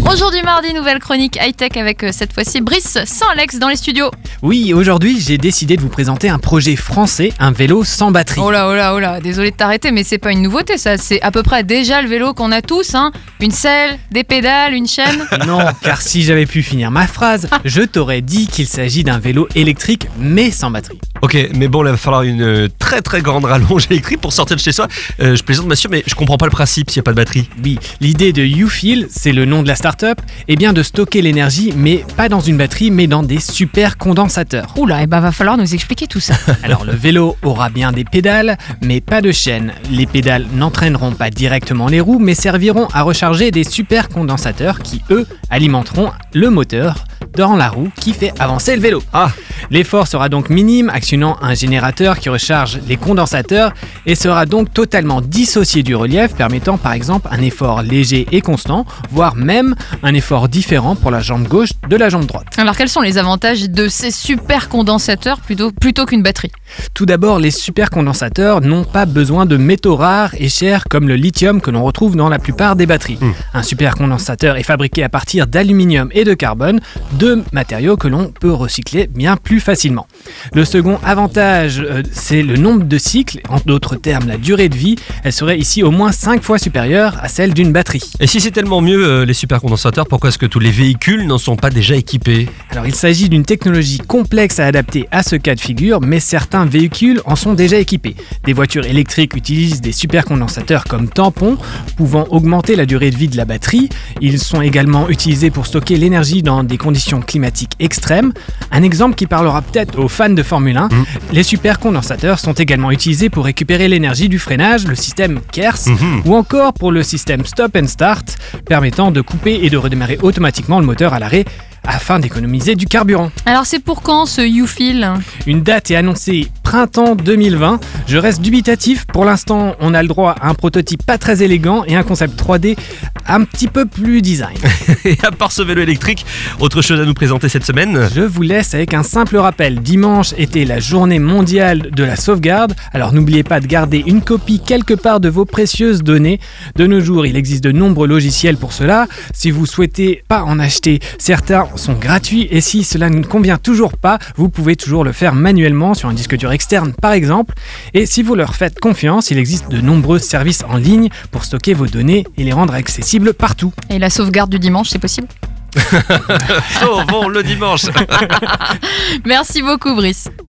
Aujourd'hui mardi, nouvelle chronique high-tech avec cette fois-ci Brice sans Alex dans les studios. Oui, aujourd'hui j'ai décidé de vous présenter un projet français, un vélo sans batterie. Oh là, désolé de t'arrêter, mais c'est pas une nouveauté ça, c'est à peu près déjà le vélo qu'on a tous, hein. Une selle, des pédales, une chaîne. Non, car si j'avais pu finir ma phrase, je t'aurais dit qu'il s'agit d'un vélo électrique mais sans batterie. Ok, mais bon, là, il va falloir une très très grande rallonge électrique pour sortir de chez soi. Je plaisante, monsieur, mais je comprends pas le principe s'il n'y a pas de batterie. Oui, l'idée de YouFeel, c'est le nom de la start-up, est bien de stocker l'énergie, mais pas dans une batterie, mais dans des supercondensateurs. Oula, va falloir nous expliquer tout ça. Alors le vélo aura bien des pédales, mais pas de chaîne. Les pédales n'entraîneront pas directement les roues, mais serviront à recharger des supercondensateurs qui, eux, alimenteront le moteur dans la roue qui fait avancer le vélo. L'effort sera donc minime, actionnant un générateur qui recharge les condensateurs et sera donc totalement dissocié du relief, permettant par exemple un effort léger et constant, voire même un effort différent pour la jambe gauche de la jambe droite. Alors quels sont les avantages de ces supercondensateurs plutôt qu'une batterie ? Tout d'abord, les supercondensateurs n'ont pas besoin de métaux rares et chers comme le lithium que l'on retrouve dans la plupart des batteries. Un supercondensateur est fabriqué à partir d'aluminium et de carbone, deux matériaux que l'on peut recycler bien plus facilement. Le second avantage, c'est le nombre de cycles, en d'autres termes la durée de vie. Elle serait ici au moins 5 fois supérieure à celle d'une batterie. Et si c'est tellement mieux les supercondensateurs, pourquoi est-ce que tous les véhicules n'en sont pas déjà équipés ? Alors il s'agit d'une technologie complexe à adapter à ce cas de figure, mais certains véhicules en sont déjà équipés. Des voitures électriques utilisent des supercondensateurs comme tampons, pouvant augmenter la durée de vie de la batterie. Ils sont également utilisés pour stocker l'énergie dans des conditions climatiques extrêmes. Un exemple qui parlera peut-être aux fans de Formule 1, les supercondensateurs sont également utilisés pour récupérer l'énergie du freinage, le système KERS, ou encore pour le système Stop and Start, permettant de couper et de redémarrer automatiquement le moteur à l'arrêt afin d'économiser du carburant. Alors c'est pour quand ce YouFeel ? Une date est annoncée printemps 2020. Je reste dubitatif. Pour l'instant, on a le droit à un prototype pas très élégant et un concept 3D un petit peu plus design. Et à part ce vélo électrique, autre chose à nous présenter cette semaine ? Je vous laisse avec un simple rappel. Dimanche était la journée mondiale de la sauvegarde. Alors n'oubliez pas de garder une copie quelque part de vos précieuses données. De nos jours, il existe de nombreux logiciels pour cela. Si vous souhaitez pas en acheter, certains sont gratuits et si cela ne convient toujours pas, vous pouvez toujours le faire manuellement sur un disque dur externe par exemple. Et si vous leur faites confiance, il existe de nombreux services en ligne pour stocker vos données et les rendre accessibles partout. Et la sauvegarde du dimanche, c'est possible ? Sauvons le dimanche. Merci beaucoup Brice.